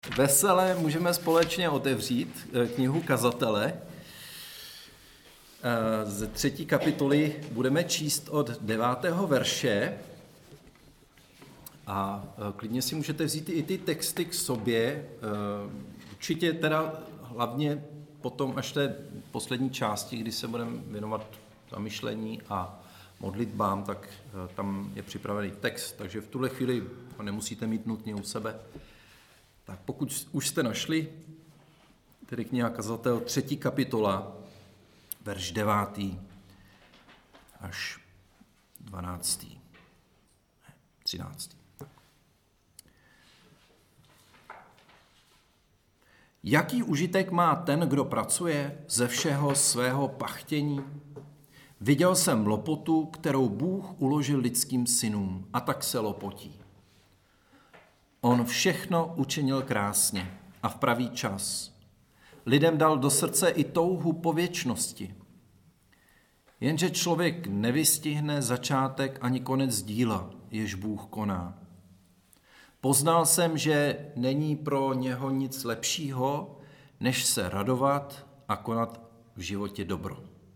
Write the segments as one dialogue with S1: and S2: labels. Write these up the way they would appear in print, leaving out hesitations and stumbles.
S1: Veselé můžeme společně otevřít knihu Kazatele. Ze 3. kapitoly budeme číst od 9. verše a klidně si můžete vzít i ty texty k sobě. Určitě teda hlavně potom až té poslední části, kdy se budeme věnovat zamyšlení a modlitbám, tak tam je připravený text, takže v tuhle chvíli ho nemusíte mít nutně u sebe. Tak pokud už jste našli, tedy kniha Kazatel, 3. kapitola, verš 9. až 12. 13. Jaký užitek má ten, kdo pracuje ze všeho svého pachtění? Viděl jsem lopotu, kterou Bůh uložil lidským synům, a tak se lopotí. On všechno učinil krásně a v pravý čas. Lidem dal do srdce i touhu po věčnosti. Jenže člověk nevystihne začátek ani konec díla, jež Bůh koná. Poznal jsem, že není pro něho nic lepšího, než se radovat a konat v životě dobro.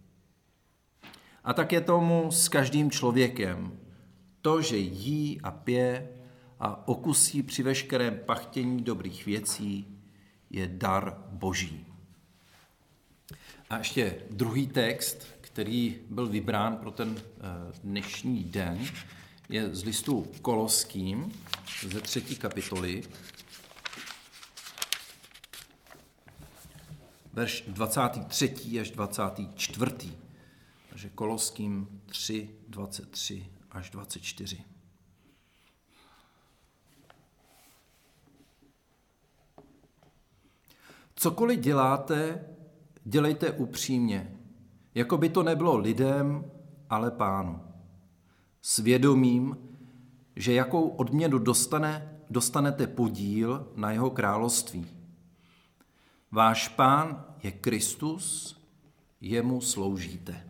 S1: A tak je tomu s každým člověkem. To, že jí a pije a okusí při veškerém pachtění dobrých věcí, je dar Boží. A ještě druhý text, který byl vybrán pro ten dnešní den, je z listu Koloským ze 3. kapitoly, verš 23. až 24. Takže Koloským 3, 23 až 24. Cokoliv děláte, dělejte upřímně, jako by to nebylo lidem, ale Pánu. S vědomím, že jakou odměnu dostanete podíl na jeho království. Váš Pán je Kristus, jemu sloužíte.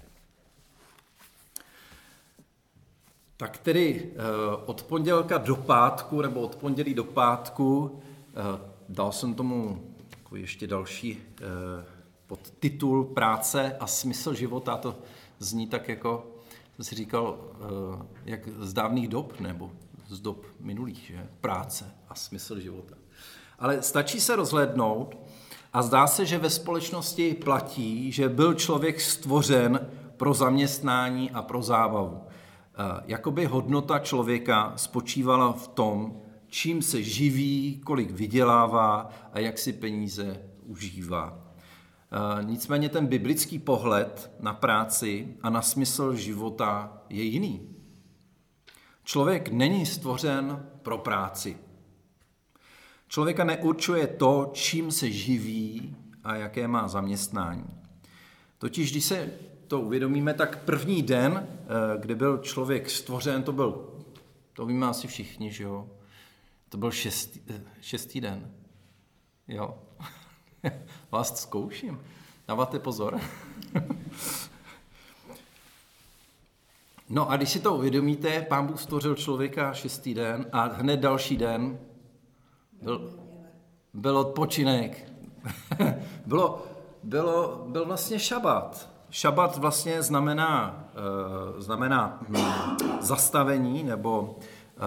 S1: Tak tedy od pondělka do pátku, nebo od pondělí do pátku, dal jsem tomu ještě další podtitul Práce a smysl života. To zní tak jako, jsem si říkal, jak z dávných dob, nebo z dob minulých, že? Práce a smysl života. Ale stačí se rozhlédnout a zdá se, že ve společnosti platí, že byl člověk stvořen pro zaměstnání a pro zábavu. Jakoby hodnota člověka spočívala v tom, čím se živí, kolik vydělává a jak si peníze užívá. Nicméně ten biblický pohled na práci a na smysl života je jiný. Člověk není stvořen pro práci. Člověka neurčuje to, čím se živí a jaké má zaměstnání. Totiž, když se to uvědomíme, tak první den, kdy byl člověk stvořen, to víme asi všichni, že jo? To byl šestý den. Jo. Vás zkouším. Dáváte pozor. No a když si to uvědomíte, Pán Bůh stvořil člověka 6. den a hned další den byl odpočinek. Byl vlastně šabat. Šabat vlastně znamená zastavení, nebo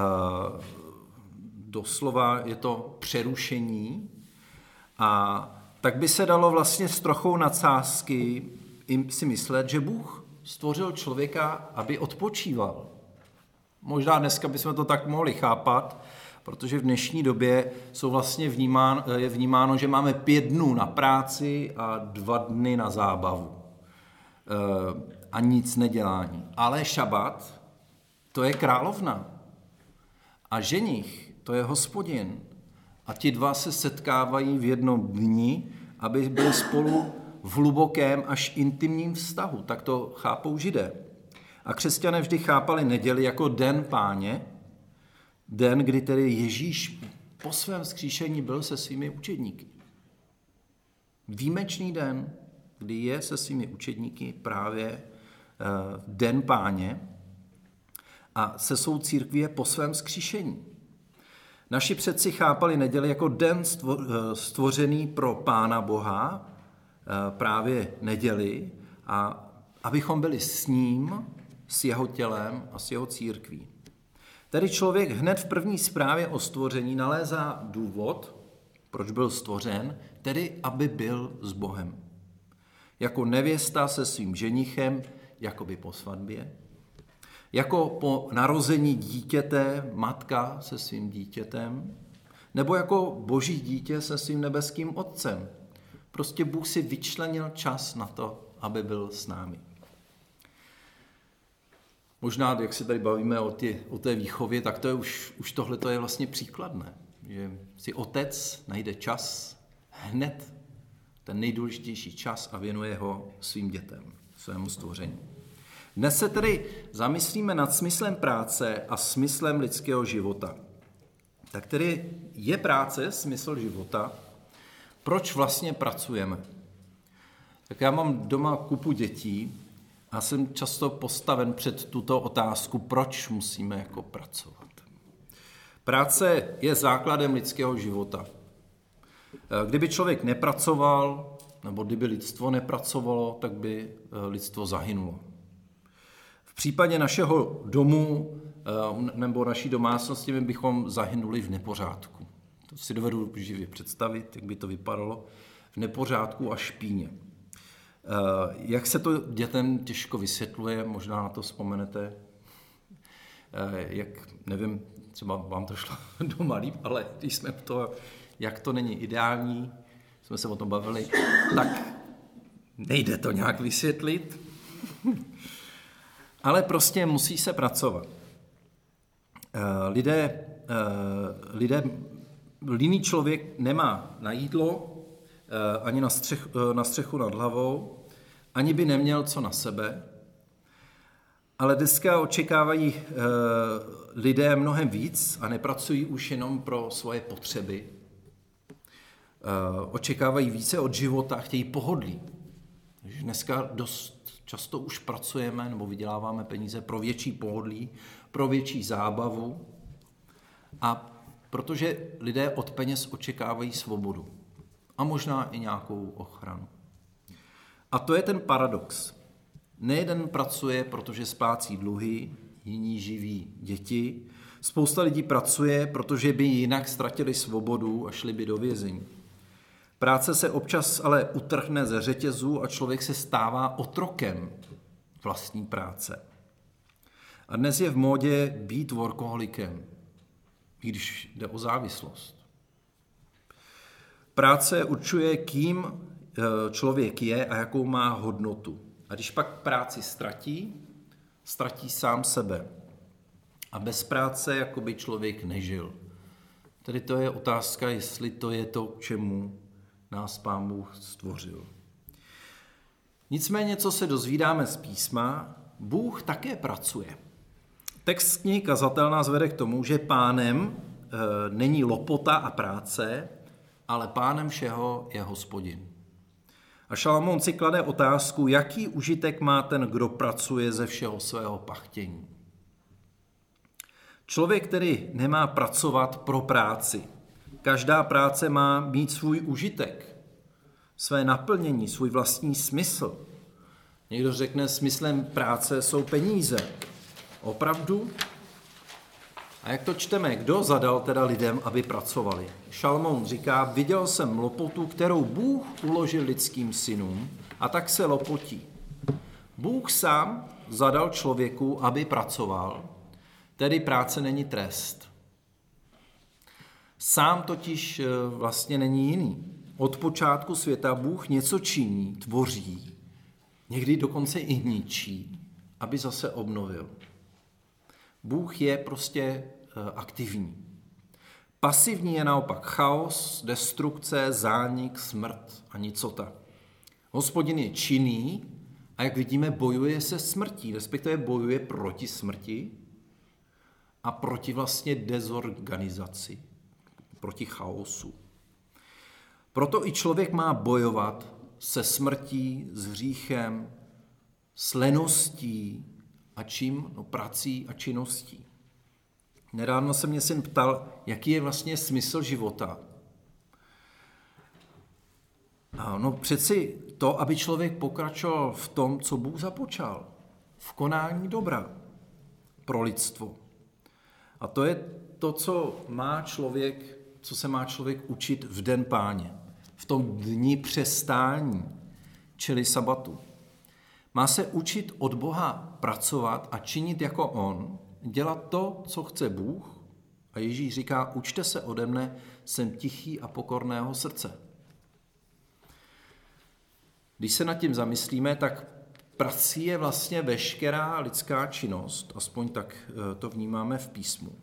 S1: doslova je to přerušení. A tak by se dalo vlastně s trochou nadsázky si myslet, že Bůh stvořil člověka, aby odpočíval. Možná dneska bychom to tak mohli chápat, protože v dnešní době je vnímáno, že máme 5 dnů na práci a 2 dny na zábavu. A nic nedělání. Ale šabat, to je královna. A ženich, to je Hospodin. A ti dva se setkávají v jednom dni, aby byli spolu v hlubokém až intimním vztahu. Tak to chápou Židé. A křesťané vždy chápali neděli jako den Páně, den, kdy tedy Ježíš po svém vzkříšení byl se svými učedníky. Výjimečný den, kdy je se svými učedníky právě den Páně a se svou církví je po svém vzkříšení. Naši předci chápali neděli jako den stvořený pro Pána Boha, právě neděli, a abychom byli s ním, s jeho tělem a s jeho církví. Tedy člověk hned v první zprávě o stvoření nalézá důvod, proč byl stvořen, tedy aby byl s Bohem. Jako nevěsta se svým ženichem, jakoby po svatbě, jako po narození dítěte matka se svým dítětem, nebo jako boží dítě se svým nebeským otcem. Prostě Bůh si vyčlenil čas na to, aby byl s námi. Možná, jak se tady bavíme o té výchově, tak to je už tohle je vlastně příkladné. Že si otec najde čas, hned ten nejdůležitější čas, a věnuje ho svým dětem, svému stvoření. Dnes se tedy zamyslíme nad smyslem práce a smyslem lidského života. Tak tedy je práce smysl života? Proč vlastně pracujeme? Tak já mám doma kupu dětí a jsem často postaven před tuto otázku, proč musíme jako pracovat. Práce je základem lidského života. Kdyby člověk nepracoval, nebo kdyby lidstvo nepracovalo, tak by lidstvo zahynulo. V případě našeho domu nebo naší domácnosti my bychom zahynuli v nepořádku. To si dovedu živě představit, jak by to vypadalo, v nepořádku a špíně. Jak se to dětem těžko vysvětluje, možná na to vzpomenete, nevím, třeba vám to šlo doma líp, ale když jsme jak to není ideální, jsme se o tom bavili, tak nejde to nějak vysvětlit, ale prostě musí se pracovat. Líný člověk nemá na jídlo, ani na střechu nad hlavou, ani by neměl co na sebe, ale dneska očekávají lidé mnohem víc a nepracují už jenom pro svoje potřeby. Očekávají více od života, chtějí pohodlí. Takže dneska dost často už pracujeme nebo vyděláváme peníze pro větší pohodlí, pro větší zábavu, a protože lidé od peněz očekávají svobodu a možná i nějakou ochranu. A to je ten paradox. Nejeden pracuje, protože splácí dluhy, jiní živí děti. Spousta lidí pracuje, protože by jinak ztratili svobodu a šli by do vězení. Práce se občas ale utrhne ze řetězů a člověk se stává otrokem vlastní práce. A dnes je v módě být workoholikem, i když jde o závislost. Práce určuje, kým člověk je a jakou má hodnotu. A když pak práci ztratí sám sebe. A bez práce jako by člověk nežil. Tedy to je otázka, jestli to je to, k čemu nás Pán Bůh stvořil. Nicméně, co se dozvídáme z písma, Bůh také pracuje. Text knihy Kazatel nás vede k tomu, že Pánem není lopota a práce, ale Pánem všeho je Hospodin. A Šalamoun si klade otázku, jaký užitek má ten, kdo pracuje ze všeho svého pachtění. Člověk, který nemá pracovat pro práci. Každá práce má mít svůj užitek, své naplnění, svůj vlastní smysl. Někdo řekne, smyslem práce jsou peníze. Opravdu? A jak to čteme? Kdo zadal teda lidem, aby pracovali? Šalamoun říká, viděl jsem lopotu, kterou Bůh uložil lidským synům, a tak se lopotí. Bůh sám zadal člověku, aby pracoval, tedy práce není trest. Sám totiž vlastně není jiný. Od počátku světa Bůh něco činí, tvoří, někdy dokonce i ničí, aby zase obnovil. Bůh je prostě aktivní. Pasivní je naopak chaos, destrukce, zánik, smrt a nicota. Hospodin je činný a jak vidíme, bojuje se smrtí, respektive bojuje proti smrti a proti vlastně dezorganizaci, proti chaosu. Proto i člověk má bojovat se smrtí, s hříchem, s leností a čím? No, prací a činností. Nedávno se mě syn ptal, jaký je vlastně smysl života. No přeci to, aby člověk pokračoval v tom, co Bůh započal, v konání dobra pro lidstvo. A to je to, co se má člověk učit v den Páně, v tom dni přestání, čili sabatu. Má se učit od Boha pracovat a činit jako on, dělat to, co chce Bůh. A Ježíš říká, učte se ode mne, jsem tichý a pokorného srdce. Když se nad tím zamyslíme, tak prací je vlastně veškerá lidská činnost, aspoň tak to vnímáme v písmu.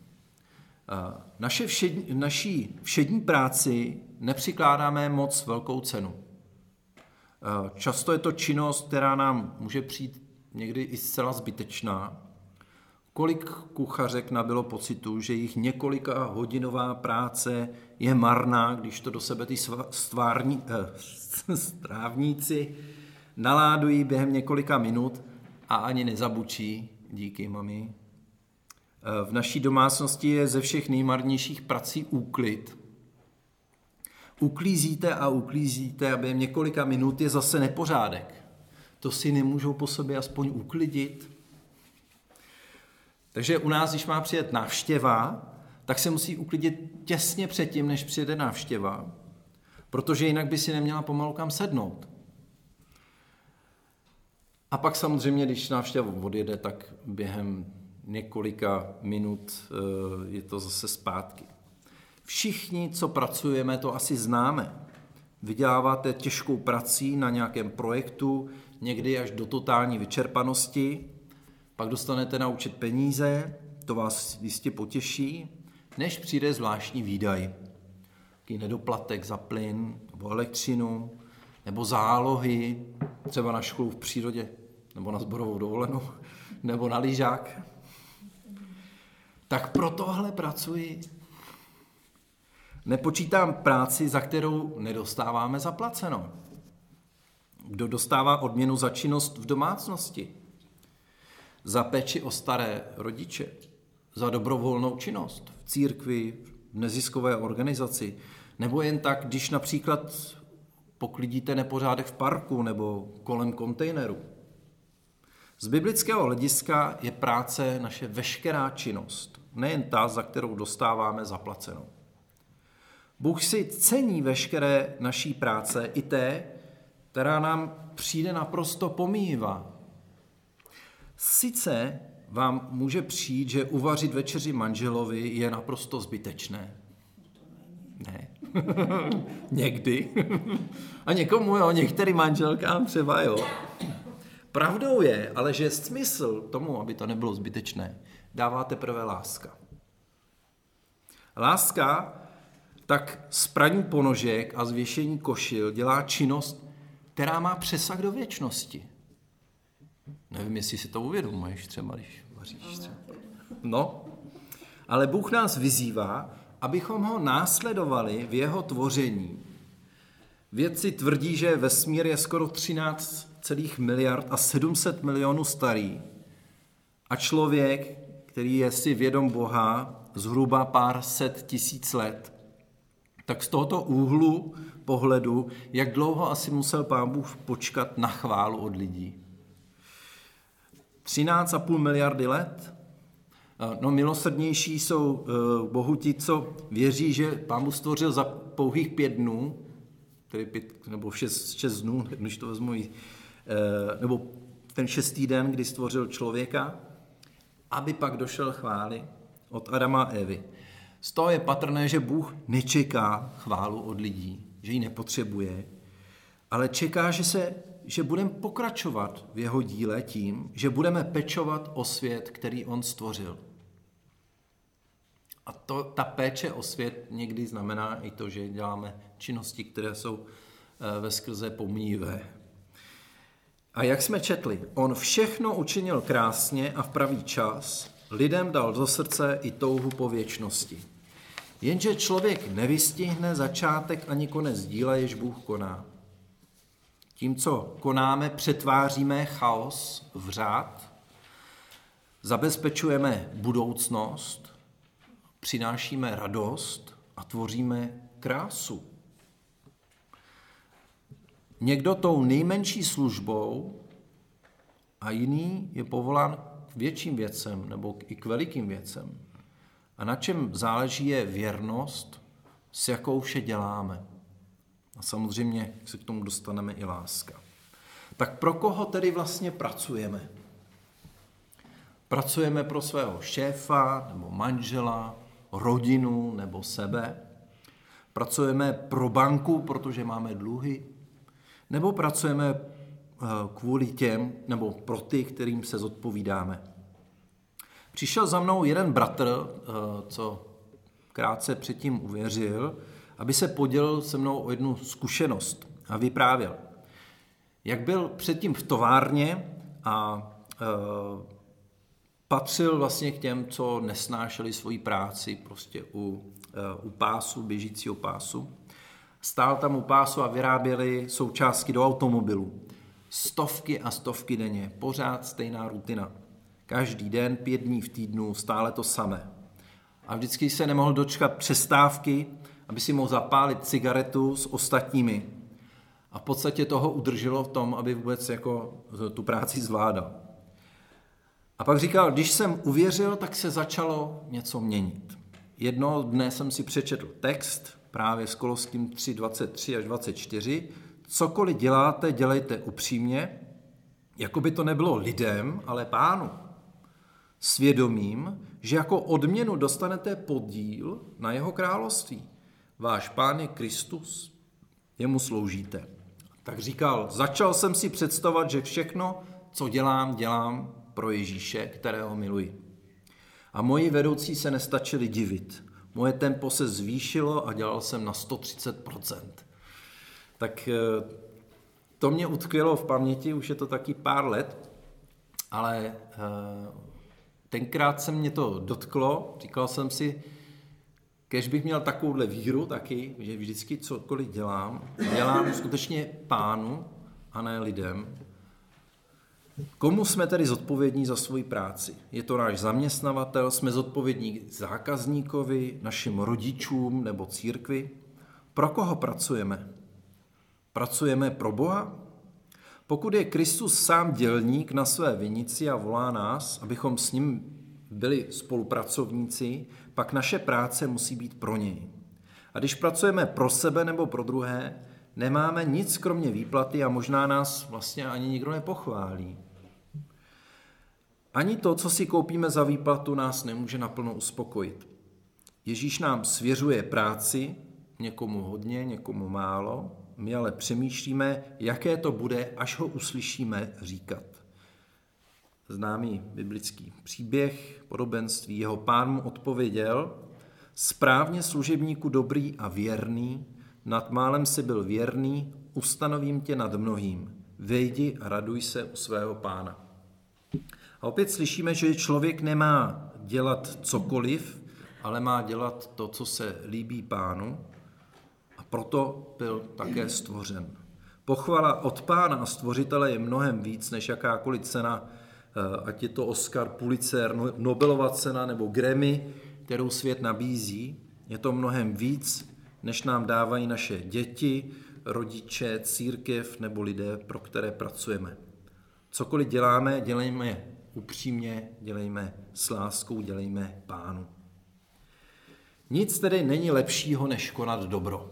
S1: Naší všední práci nepřikládáme moc velkou cenu. Často je to činnost, která nám může přijít někdy i zcela zbytečná. Kolik kuchařek nabylo pocitu, že jejich několika hodinová práce je marná, když to do sebe ty strávníci naládují během několika minut a ani nezabučí. Díky, mami. V naší domácnosti je ze všech nejmarnějších prací úklid. Uklízíte a během několika minut je zase nepořádek. To si nemůžou po sobě aspoň uklidit. Takže u nás, když má přijet návštěva, tak se musí uklidit těsně předtím, než přijede návštěva, protože jinak by si neměla pomalu kam sednout. A pak samozřejmě, když návštěva odjede, tak během několika minut je to zase zpátky. Všichni, co pracujeme, to asi známe. Vyděláváte těžkou prací na nějakém projektu, někdy až do totální vyčerpanosti, pak dostanete na účet peníze, to vás jistě potěší, než přijde zvláštní výdaj. Taký nedoplatek za plyn, nebo elektřinu, nebo zálohy, třeba na školu v přírodě, nebo na sborovou dovolenou, nebo na lyžák. Tak pro tohle pracuji. Nepočítám práci, za kterou nedostáváme zaplaceno. Kdo dostává odměnu za činnost v domácnosti, za péči o staré rodiče, za dobrovolnou činnost v církvi, v neziskové organizaci, nebo jen tak, když například poklidíte nepořádek v parku nebo kolem kontejneru. Z biblického hlediska je práce naše veškerá činnost, nejen ta, za kterou dostáváme zaplacenou. Bůh si cení veškeré naší práce, i té, která nám přijde naprosto pomíjivá. Sice vám může přijít, že uvařit večeři manželovi je naprosto zbytečné. Ne. Někdy. A někomu jo, některým manželkám třeba jo. Pravdou je, ale že smysl tomu, aby to nebylo zbytečné, dává teprve láska. Láska tak z praní ponožek a zvěšení košil dělá činnost, která má přesah do věčnosti. Nevím, jestli si to uvědomuješ třeba, když vaříš. No, ale Bůh nás vyzývá, abychom ho následovali v jeho tvoření. Vědci tvrdí, že vesmír je skoro 13,7 miliard starý a člověk, který je si vědom Boha, zhruba pár set tisíc let. Tak z tohoto úhlu pohledu, jak dlouho asi musel Pán Bůh počkat na chválu od lidí? 13,5 miliardy let? No milosrdnější jsou Bohu ti, co věří, že Pán Bůh stvořil za pouhých 5 dnů, tedy 5 nebo 6 dnů, když to vezmu, nebo ten 6. den, kdy stvořil člověka, aby pak došel chvály od Adama a Evy. Z toho je patrné, že Bůh nečeká chválu od lidí, že ji nepotřebuje, ale čeká, že budeme pokračovat v jeho díle tím, že budeme pečovat o svět, který on stvořil. A ta péče o svět někdy znamená i to, že děláme činnosti, které jsou veskrze pomíjivé. A jak jsme četli, on všechno učinil krásně a v pravý čas, lidem dal do srdce i touhu po věčnosti. Jenže člověk nevystihne začátek ani konec díla, jež Bůh koná. Tím, co konáme, přetváříme chaos v řád, zabezpečujeme budoucnost přinášíme radost a tvoříme krásu. Někdo tou nejmenší službou a jiný je povolán k větším věcem nebo i k velikým věcem. A na čem záleží je věrnost, s jakou vše děláme. A samozřejmě se k tomu dostaneme i láska. Tak pro koho tedy vlastně pracujeme? Pracujeme pro svého šéfa nebo manžela, rodinu nebo sebe? Pracujeme pro banku, protože máme dluhy? Nebo pracujeme kvůli těm nebo pro ty, kterým se zodpovídáme? Přišel za mnou jeden bratr, co krátce předtím uvěřil, aby se podělil se mnou o jednu zkušenost a vyprávěl. Jak byl předtím v továrně a patřil vlastně k těm, co nesnášeli svoji práci prostě u pásu, běžícího pásu. Stál tam u pásu a vyráběli součástky do automobilů. Stovky a stovky denně, pořád stejná rutina. Každý den, 5 dní v týdnu, stále to samé. A vždycky se nemohl dočkat přestávky, aby si mohl zapálit cigaretu s ostatními. A v podstatě toho udrželo v tom, aby vůbec jako tu práci zvládal. A pak říkal, když jsem uvěřil, tak se začalo něco měnit. Jednoho dne jsem si přečetl text, právě s Koloským 3:23 až 24. Cokoliv děláte, dělejte upřímně, jako by to nebylo lidem, ale Pánu. Svědomím, že jako odměnu dostanete podíl na jeho království. Váš Pán je Kristus, jemu sloužíte. Tak říkal, začal jsem si představovat, že všechno, co dělám pro Ježíše, kterého miluji. A moji vedoucí se nestačili divit. Moje tempo se zvýšilo a dělal jsem na 130%. Tak to mě utkvělo v paměti, už je to taky pár let, ale tenkrát se mě to dotklo, říkal jsem si, kež bych měl takovouhle víru taky, že vždycky cokoliv dělám skutečně Pánu a ne lidem. Komu jsme tedy zodpovědní za svoji práci? Je to náš zaměstnavatel, jsme zodpovědní zákazníkovi, našim rodičům nebo církvi? Pro koho pracujeme? Pracujeme pro Boha? Pokud je Kristus sám dělník na své vinici a volá nás, abychom s ním byli spolupracovníci, pak naše práce musí být pro něj. A když pracujeme pro sebe nebo pro druhé, nemáme nic kromě výplaty a možná nás vlastně ani nikdo nepochválí. Ani to, co si koupíme za výplatu, nás nemůže naplno uspokojit. Ježíš nám svěřuje práci, někomu hodně, někomu málo, my ale přemýšlíme, jaké to bude, až ho uslyšíme říkat. Známý biblický příběh, podobenství, jeho Pán mu odpověděl, správně služebníku dobrý a věrný, nad málem si byl věrný, ustanovím tě nad mnohým. Vejdi a raduj se u svého Pána. A opět slyšíme, že člověk nemá dělat cokoliv, ale má dělat to, co se líbí Pánu, a proto byl také stvořen. Pochvala od Pána a stvořitele je mnohem víc, než jakákoliv cena, ať je to Oscar, Pulitzer, Nobelova cena nebo Grammy, kterou svět nabízí. Je to mnohem víc, než nám dávají naše děti, rodiče, církev nebo lidé, pro které pracujeme. Cokoliv děláme, dělejme upřímně, dělejme s láskou, dělejme Pánu. Nic tedy není lepšího, než konat dobro.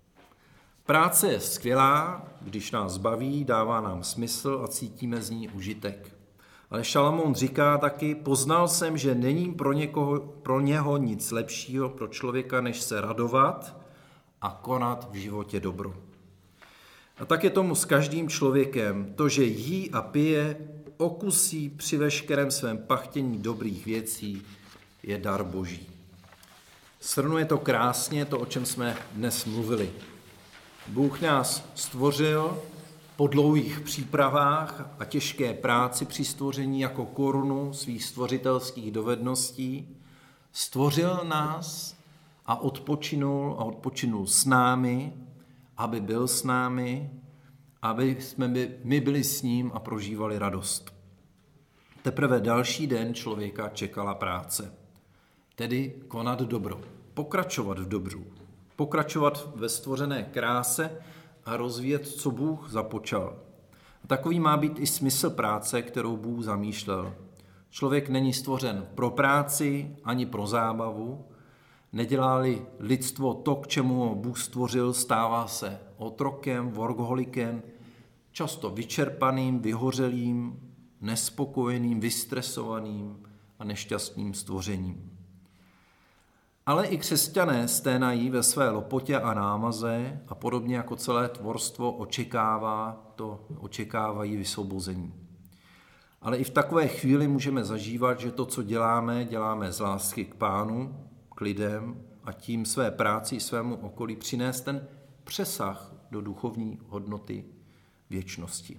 S1: Práce je skvělá, když nás baví, dává nám smysl a cítíme z ní užitek. Ale Šalamoun říká taky, poznal jsem, že není pro něho nic lepšího pro člověka, než se radovat a konat v životě dobro. A tak je tomu s každým člověkem. To, že jí a pije, okusí při veškerém svém pachtění dobrých věcí, je dar Boží. Shrnuje to krásně to, o čem jsme dnes mluvili. Bůh nás stvořil po dlouhých přípravách a těžké práci při stvoření jako korunu svých stvořitelských dovedností. Stvořil nás a odpočinul s námi, aby byl s námi, aby my byli s ním a prožívali radost. Teprve další den člověka čekala práce. tedy konat dobro, pokračovat v dobru, pokračovat ve stvořené kráse a rozvíjet, co Bůh započal. A takový má být i smysl práce, kterou Bůh zamýšlel. Člověk není stvořen pro práci ani pro zábavu. Nedělá-li lidstvo to, k čemu ho Bůh stvořil, stává se otrokem, workoholikem, často vyčerpaným, vyhořelým, nespokojeným, vystresovaným a nešťastným stvořením. Ale i křesťané sténají ve své lopotě a námaze a podobně jako celé tvorstvo očekávají vysvobození. Ale i v takové chvíli můžeme zažívat, že to, co děláme, děláme z lásky k Pánu, k lidem a tím své práci svému okolí přinést ten přesah do duchovní hodnoty věčnosti.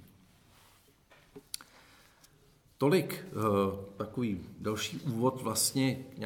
S1: Tolik takový další úvod vlastně